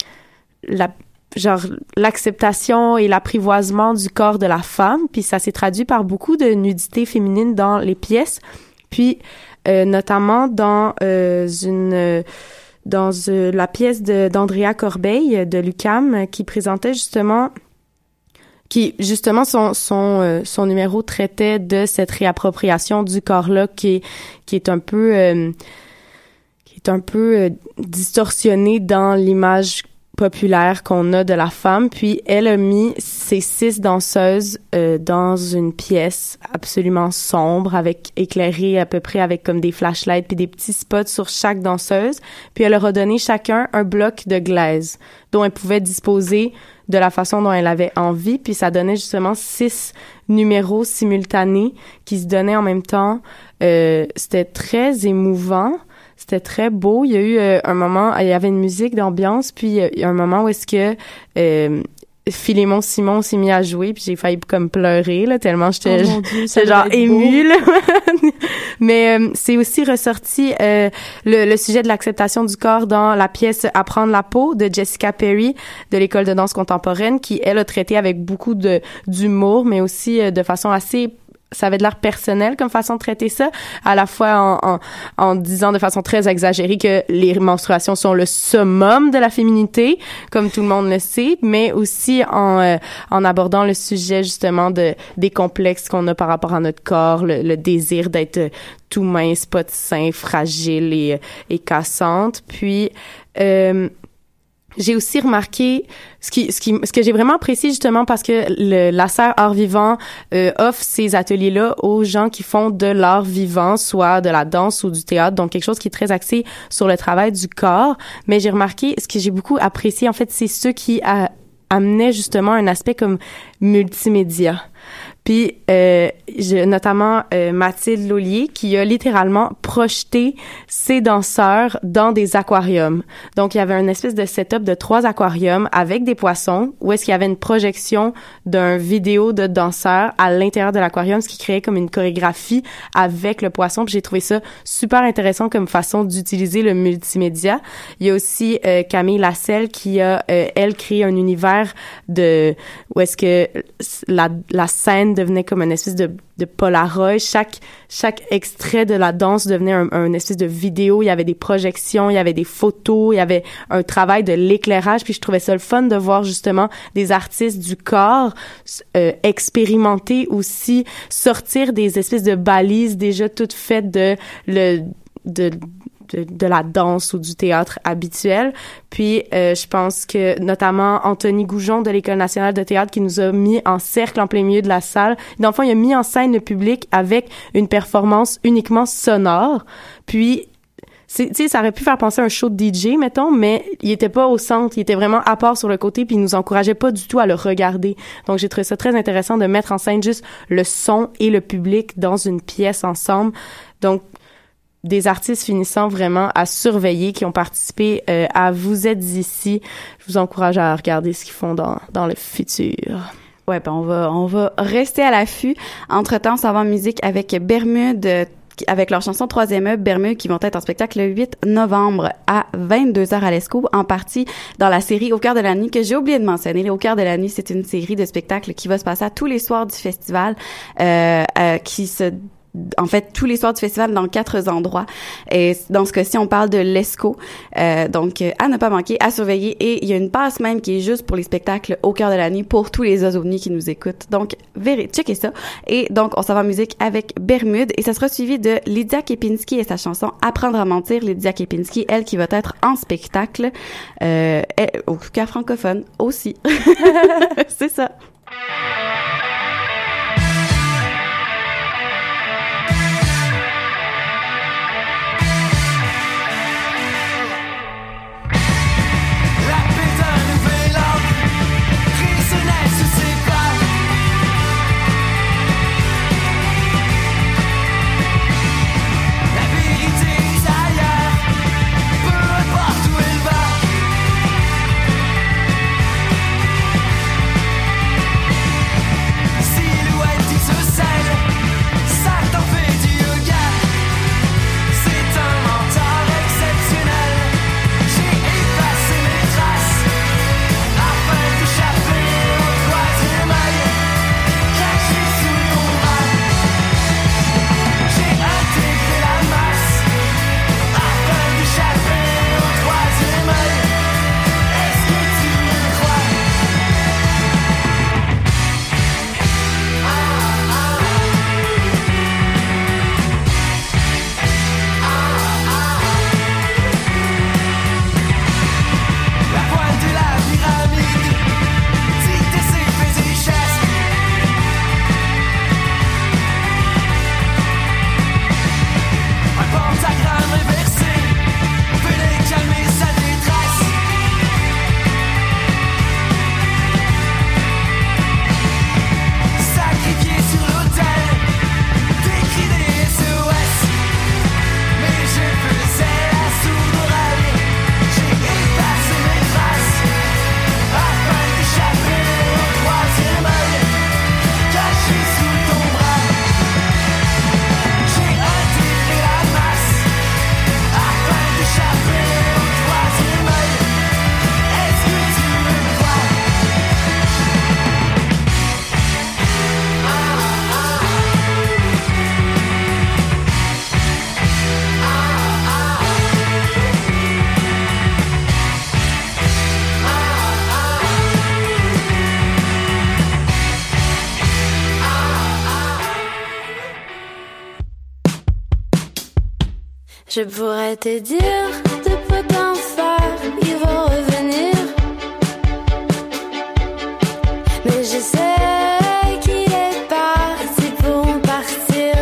la, genre, l'acceptation et l'apprivoisement du corps de la femme. Puis, ça s'est traduit par beaucoup de nudité féminine dans les pièces. Puis, euh, notamment dans euh, une... Euh, dans euh, la pièce de, d'Andrea Corbeil de l'U Q A M qui présentait justement... qui justement son son euh, son numéro traitait de cette réappropriation du corps-là qui est qui est un peu euh, qui est un peu euh, distorsionné dans l'image populaire qu'on a de la femme. Puis elle a mis ces six danseuses euh, dans une pièce absolument sombre, avec éclairée à peu près avec comme des flashlights puis des petits spots sur chaque danseuse. Puis elle leur a donné chacun un bloc de glaise dont elle pouvait disposer de la façon dont elle avait envie. Puis ça donnait justement six numéros simultanés qui se donnaient en même temps. Euh, c'était très émouvant. C'était très beau. Il y a eu euh, un moment, il y avait une musique d'ambiance, puis euh, il y a un moment où est-ce que euh, Philémon Simon s'est mis à jouer, puis j'ai failli comme pleurer là, tellement j'étais oh mon Dieu, j'étais genre émue là. Mais euh, c'est aussi ressorti euh, le, le sujet de l'acceptation du corps dans la pièce Apprendre la peau de Jessica Perry de l'école de danse contemporaine, qui elle a traité avec beaucoup de d'humour, mais aussi euh, de façon assez, ça avait de l'air personnel comme façon de traiter ça, à la fois en, en, en disant de façon très exagérée que les menstruations sont le summum de la féminité, comme tout le monde le sait, mais aussi en, euh, en abordant le sujet justement de des complexes qu'on a par rapport à notre corps, le, le désir d'être tout mince, pas de sein, fragile et, et cassante. Puis, euh, j'ai aussi remarqué ce qui ce qui ce que j'ai vraiment apprécié justement parce que le la serre Art Vivant euh, offre ces ateliers là aux gens qui font de l'art vivant, soit de la danse ou du théâtre, donc quelque chose qui est très axé sur le travail du corps. Mais j'ai remarqué, ce que j'ai beaucoup apprécié en fait, c'est ceux qui a, amenaient justement un aspect comme multimédia. Puis, euh, je, notamment euh, Mathilde Laulier, qui a littéralement projeté ses danseurs dans des aquariums. Donc, il y avait une espèce de setup de trois aquariums avec des poissons, où est-ce qu'il y avait une projection d'un vidéo de danseurs à l'intérieur de l'aquarium, ce qui créait comme une chorégraphie avec le poisson. Puis j'ai trouvé ça super intéressant comme façon d'utiliser le multimédia. Il y a aussi euh, Camille Lasselle qui a, euh, elle, créé un univers de où est-ce que la, la scène devenait comme une espèce de, de Polaroid. Chaque, chaque extrait de la danse devenait un, un espèce de vidéo. Il y avait des projections, il y avait des photos, il y avait un travail de l'éclairage. Puis je trouvais ça le fun de voir justement des artistes du corps euh, expérimenter aussi, sortir des espèces de balises déjà toutes faites de le de De, de la danse ou du théâtre habituel. Puis, euh, je pense que notamment Anthony Goujon de l'École nationale de théâtre qui nous a mis en cercle en plein milieu de la salle. Dans le fond, il a mis en scène le public avec une performance uniquement sonore. Puis, tu sais, ça aurait pu faire penser à un show de D J, mettons, mais il était pas au centre, il était vraiment à part sur le côté, puis il nous encourageait pas du tout à le regarder. Donc, j'ai trouvé ça très intéressant de mettre en scène juste le son et le public dans une pièce ensemble. Donc, des artistes finissant vraiment à surveiller, qui ont participé euh, à Vous êtes ici. Je vous encourage à regarder ce qu'ils font dans, dans le futur. Ouais, ben on va on va rester à l'affût. Entre-temps, ça va en musique avec Bermude, avec leur chanson Troisième œuvre, Bermude, qui vont être en spectacle le huit novembre à vingt-deux heures à l'Escoub, en partie dans la série Au cœur de la nuit, que j'ai oublié de mentionner. Au cœur de la nuit, c'est une série de spectacles qui va se passer à tous les soirs du festival, euh, euh, qui se en fait, tous les soirs du festival dans quatre endroits. Et dans ce cas-ci, on parle de l'Esco. Euh, donc, à ne pas manquer, à surveiller. Et il y a une passe même qui est juste pour les spectacles Au cœur de la nuit pour tous les ovnis qui nous écoutent. Donc, vérez, checkez ça. Et donc, on s'en va en musique avec Bermude. Et ça sera suivi de Lydia Kepinski et sa chanson Apprendre à mentir. Lydia Kepinski, elle, qui va être en spectacle, euh, elle, au cas francophone aussi. C'est ça. La Je pourrais te dire de pas t'en faire, il va revenir. Mais je sais qu'il est parti pour partir.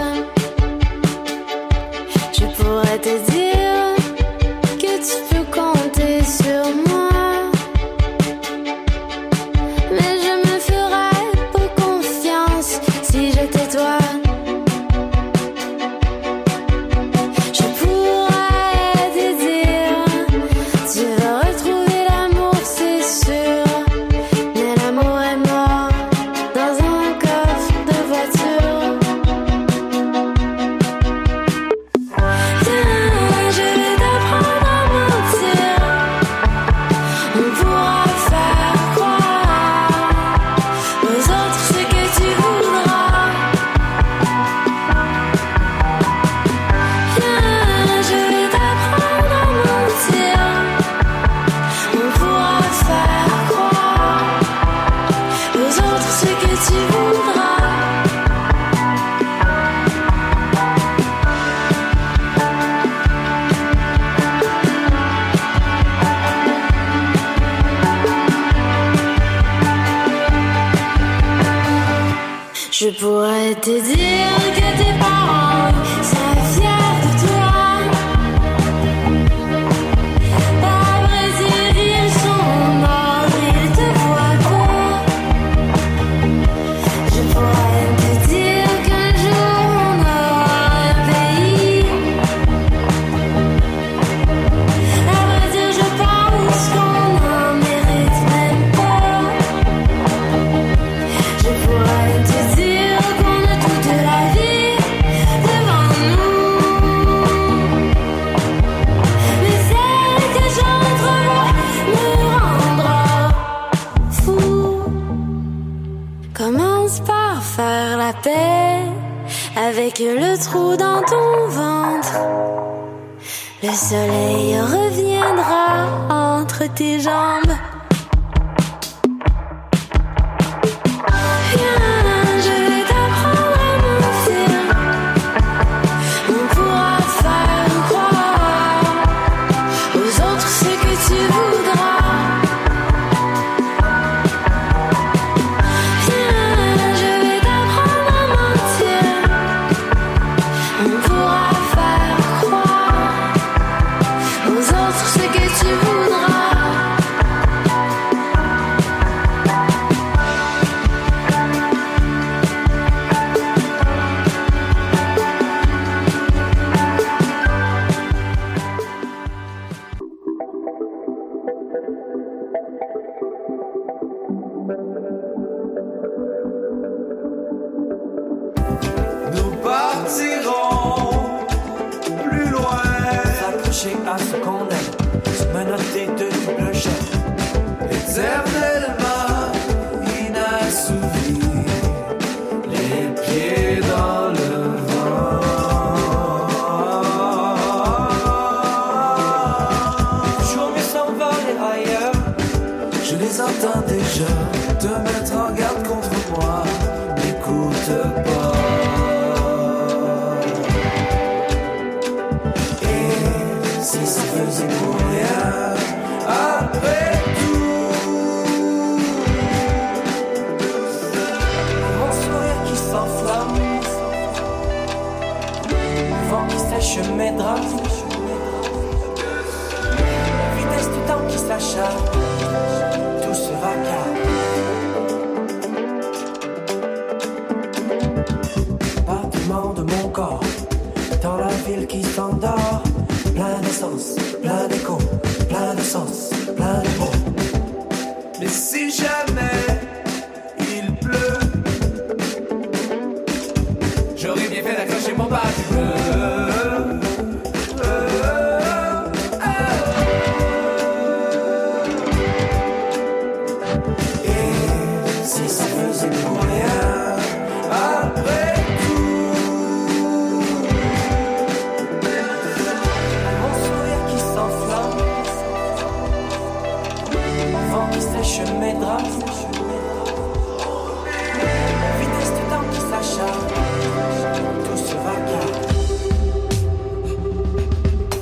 Je pourrais te dire que tu peux compter sur moi. Mais je me ferais pas confiance si j'étais toi. Je pourrais te dire, tu vas retrouver l'amour, c'est sûr. Mais l'amour est mort dans un coffre de voiture. Viens, je vais t'apprendre à mentir. On pourra faire croire aux autres ce que tu voudras. Viens, je vais t'apprendre à mentir. On pourra faire croire aux autres ce que tu voudras. Je pourrais te dire que tes parents sont fiers de toi. À vrai dire, ils sont morts, ils te voient pas. Je pourrais te dire qu'un jour on aura un pays. À vrai dire, je pense qu'on n'en mérite même pas. Je pourrais te dire qu'on a toute la vie devant nous. Mais celle que j'entrevois me rendra fou. Commence par faire la paix avec le trou dans ton ventre. Le soleil reviendra entre tes jambes. Viens, je vais t'apprendre à mentir. On pourra faire croire aux autres ce que tu voudras. Viens, je vais t'apprendre à mentir. On pourra faire croire aux autres ce que tu voudras. Nous partirons plus loin. S'accrocher à ce qu'on aime, se menotter de double chaîne. Éternellement inassouvi, les pieds dans le vent. Toujours mieux s'envoler ailleurs. Je les entends déjà te mettre en garde contre moi. N'écoute pas. Et si ça faisait pour rien, après tout, mon sourire qui s'enflamme, le vent qui sèche mes draps, la vitesse du temps qui s'acharne, tout se vacarme. Battement de mon corps dans la ville qui s'endort, plein d'essence, plein d'écho, plein de sens, plein de mots. Mais si jamais il pleut, j'aurais bien fait d'accrocher mon parapluie. Et si ça faisait pour rien, après mon sourire qui s'enflamme, le vent qui sèche mes draps, la vitesse du temps qui s'acharne, tout se vacarme.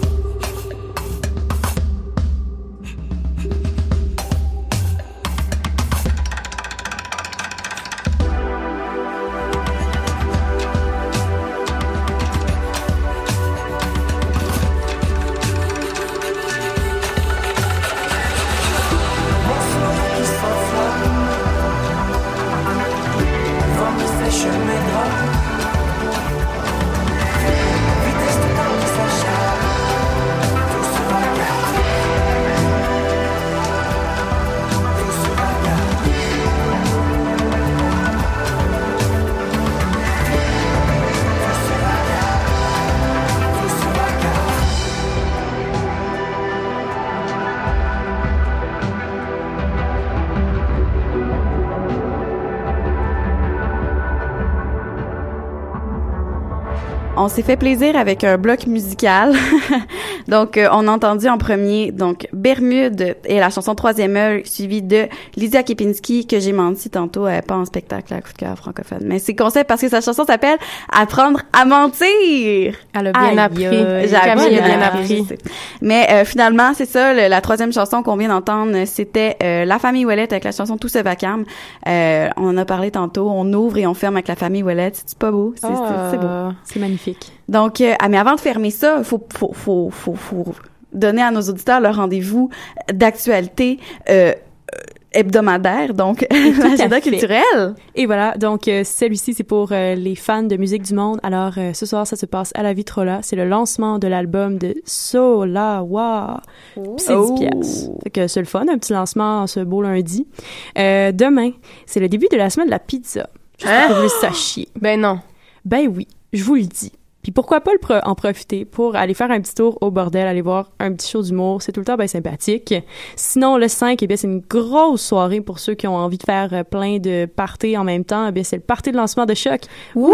On s'est fait plaisir avec un bloc musical. donc, euh, on a entendu en premier, donc, Bermude et la chanson Troisième œil, suivie de Lydia Kepinski, que j'ai menti tantôt, elle est pas en spectacle à Coup de cœur francophone. Mais c'est concept parce que sa chanson s'appelle Apprendre à mentir. Elle a bien Aïe, appris. euh, Camille a j'ai bien appris. je sais. Mais euh, finalement, c'est ça, le- la troisième chanson qu'on vient d'entendre, c'était euh, La famille Ouellette avec la chanson Tout se vacarme. Euh, on en a parlé tantôt, on ouvre et on ferme avec la famille Ouellette. C'est pas beau? C'est, c'est, c'est beau. Ah, c'est magnifique. Donc, euh, ah, mais avant de fermer ça, il faut, faut, faut, faut, faut donner à nos auditeurs le rendez-vous d'actualité euh, hebdomadaire, donc l'agenda fait. culturel. Et voilà, donc euh, celui-ci, c'est pour euh, les fans de musique du monde. Alors, euh, ce soir, ça se passe à la Vitrola. C'est le lancement de l'album de Solawa. Puis c'est Oh. dix piastres. Fait que c'est le fun, un petit lancement ce beau lundi. Euh, demain, c'est le début de la semaine de la pizza. Juste Hein? pour que vous le sachiez. Ben non. Ben oui, je vous le dis. Puis pourquoi pas le pro- en profiter pour aller faire un petit tour au bordel, aller voir un petit show d'humour. C'est tout le temps bien sympathique. Sinon, le cinq, eh bien, c'est une grosse soirée pour ceux qui ont envie de faire euh, plein de parties en même temps. Eh bien, c'est le party de lancement de Choc. Wouh!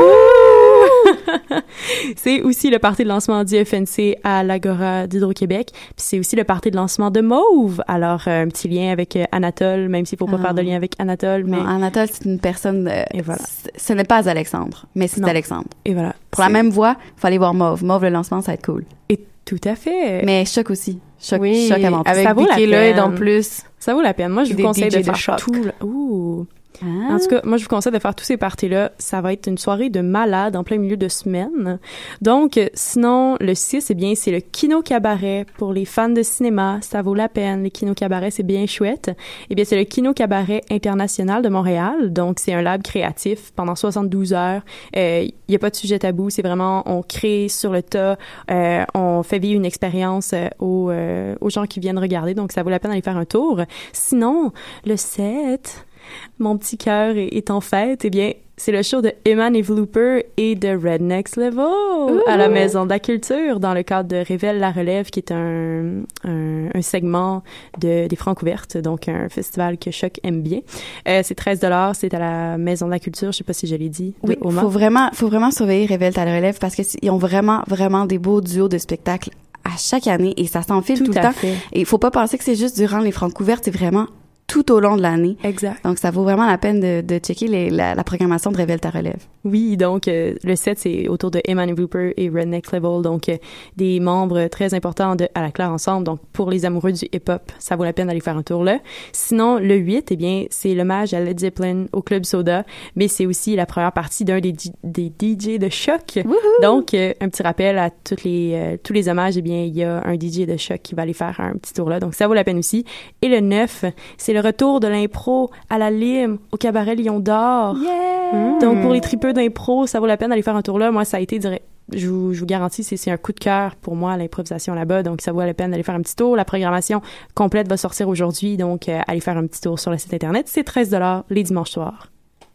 C'est aussi le party de lancement du F N C à l'Agora d'Hydro-Québec. Puis c'est aussi le party de lancement de Mauve. Alors, euh, un petit lien avec euh, Anatole, même s'il faut pas Ah. faire de lien avec Anatole. Mais... Non, Anatole, c'est une personne... euh, Et voilà. c- Ce n'est pas Alexandre, mais c'est Non. Alexandre. Et voilà. Pour la C'est- même voix, il faut aller voir Mauve. Mauve, le lancement, ça va être cool. Et tout à fait. Mais Choc aussi. Choc, Oui, Choc avant tout. avec Ça vaut la Vicky Lloyd peine. en plus. Ça vaut la peine. Moi, je vous Des conseille D J de de faire choc. tout. là. Ouh. Ah. En tout cas, moi, je vous conseille de faire tous ces parties-là. Ça va être une soirée de malade en plein milieu de semaine. Donc, euh, sinon, le six, eh bien, c'est le Kino Cabaret pour les fans de cinéma. Ça vaut la peine. Les Kino Cabaret, c'est bien chouette. Eh bien, c'est le Kino Cabaret International de Montréal. Donc, c'est un lab créatif pendant soixante-douze heures. Euh, Il n'y a pas de sujet tabou. C'est vraiment, on crée sur le tas. Euh, on fait vivre une expérience euh, aux, euh, aux gens qui viennent regarder. Donc, ça vaut la peine d'aller faire un tour. Sinon, le sept... Mon petit cœur est, est en fête, eh bien, c'est le show de Eman et Vlooper et de Red Next Level Ouh. à la Maison de la Culture dans le cadre de Révèle la Relève, qui est un, un, un segment de, des Francs ouvertes, donc un festival que Choc aime bien. Euh, c'est treize dollars, c'est à la Maison de la Culture, je sais pas si je l'ai dit, de Oui, Oma. faut vraiment, faut vraiment surveiller Révèle ta relève parce que c- ils ont vraiment, vraiment des beaux duos de spectacles à chaque année et ça s'enfile tout, Tout le à temps. fait. Et il faut pas penser que c'est juste durant les francs couvertes, c'est vraiment tout au long de l'année. Exact. Donc, ça vaut vraiment la peine de, de checker les, la, la programmation de Révèle ta relève. Oui, donc euh, le sept, c'est autour de Eman Vlooper et Red Next Level, donc euh, des membres très importants de À la Claire Ensemble. Donc, pour les amoureux du hip-hop, ça vaut la peine d'aller faire un tour là. Sinon, le huit, eh bien, c'est l'hommage à Led Zeppelin au Club Soda, mais c'est aussi la première partie d'un des, D- des D J de Choc. Donc, euh, un petit rappel à toutes les, euh, tous les hommages, eh bien, il y a un D J de Choc qui va aller faire un petit tour là. Donc, ça vaut la peine aussi. Et le neuf, c'est le retour de l'impro à la Lime, au cabaret Lion d'Or. Yeah! Donc, pour les tripeux d'impro, ça vaut la peine d'aller faire un tour là. Moi, ça a été direct. Je vous, je vous garantis, c'est, c'est un coup de cœur pour moi, l'improvisation là-bas. Donc, ça vaut la peine d'aller faire un petit tour. La programmation complète va sortir aujourd'hui. Donc, euh, allez faire un petit tour sur le site Internet. C'est treize dollars les dimanches soirs.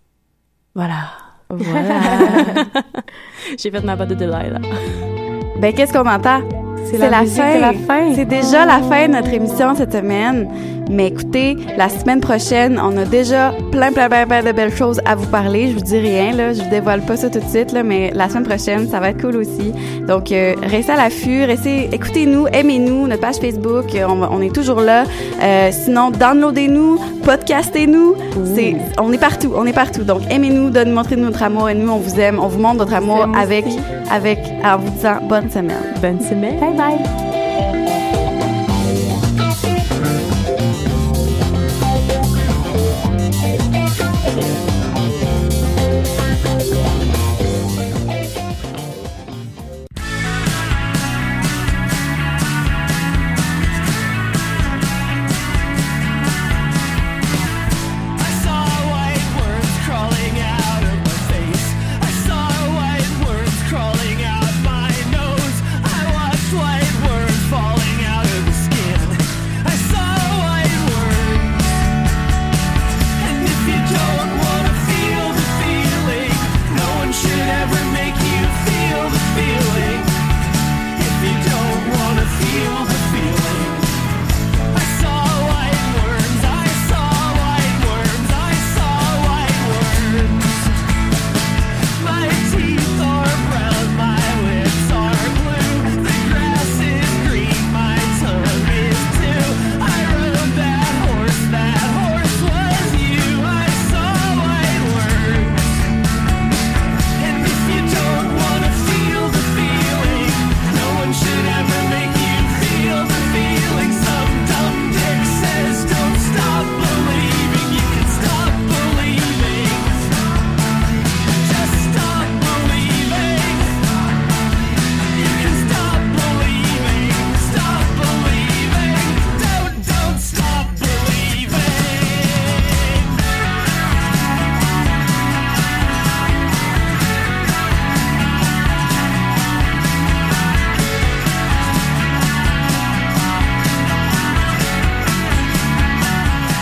Voilà. Voilà. J'ai fait ma botte de Delilah. Ben, qu'est-ce qu'on entend? C'est la, musique fin. de la fin. C'est déjà la fin de notre émission cette semaine. Mais écoutez, la semaine prochaine, on a déjà plein, plein, plein, plein de belles choses à vous parler. Je vous dis rien, là. Je vous dévoile pas ça tout de suite, là. Mais la semaine prochaine, ça va être cool aussi. Donc, euh, restez à l'affût. Restez, écoutez-nous, aimez-nous, notre page Facebook. euh, On, va- on est toujours là. Euh, sinon, downloadez-nous, podcastez-nous. C'est, on est partout. On est partout. Donc, aimez-nous, donnez, montrez-nous notre amour. Et nous, on vous aime. On vous montre notre amour aime avec, aussi. avec, en vous disant bonne semaine. Bonne semaine. Bye bye.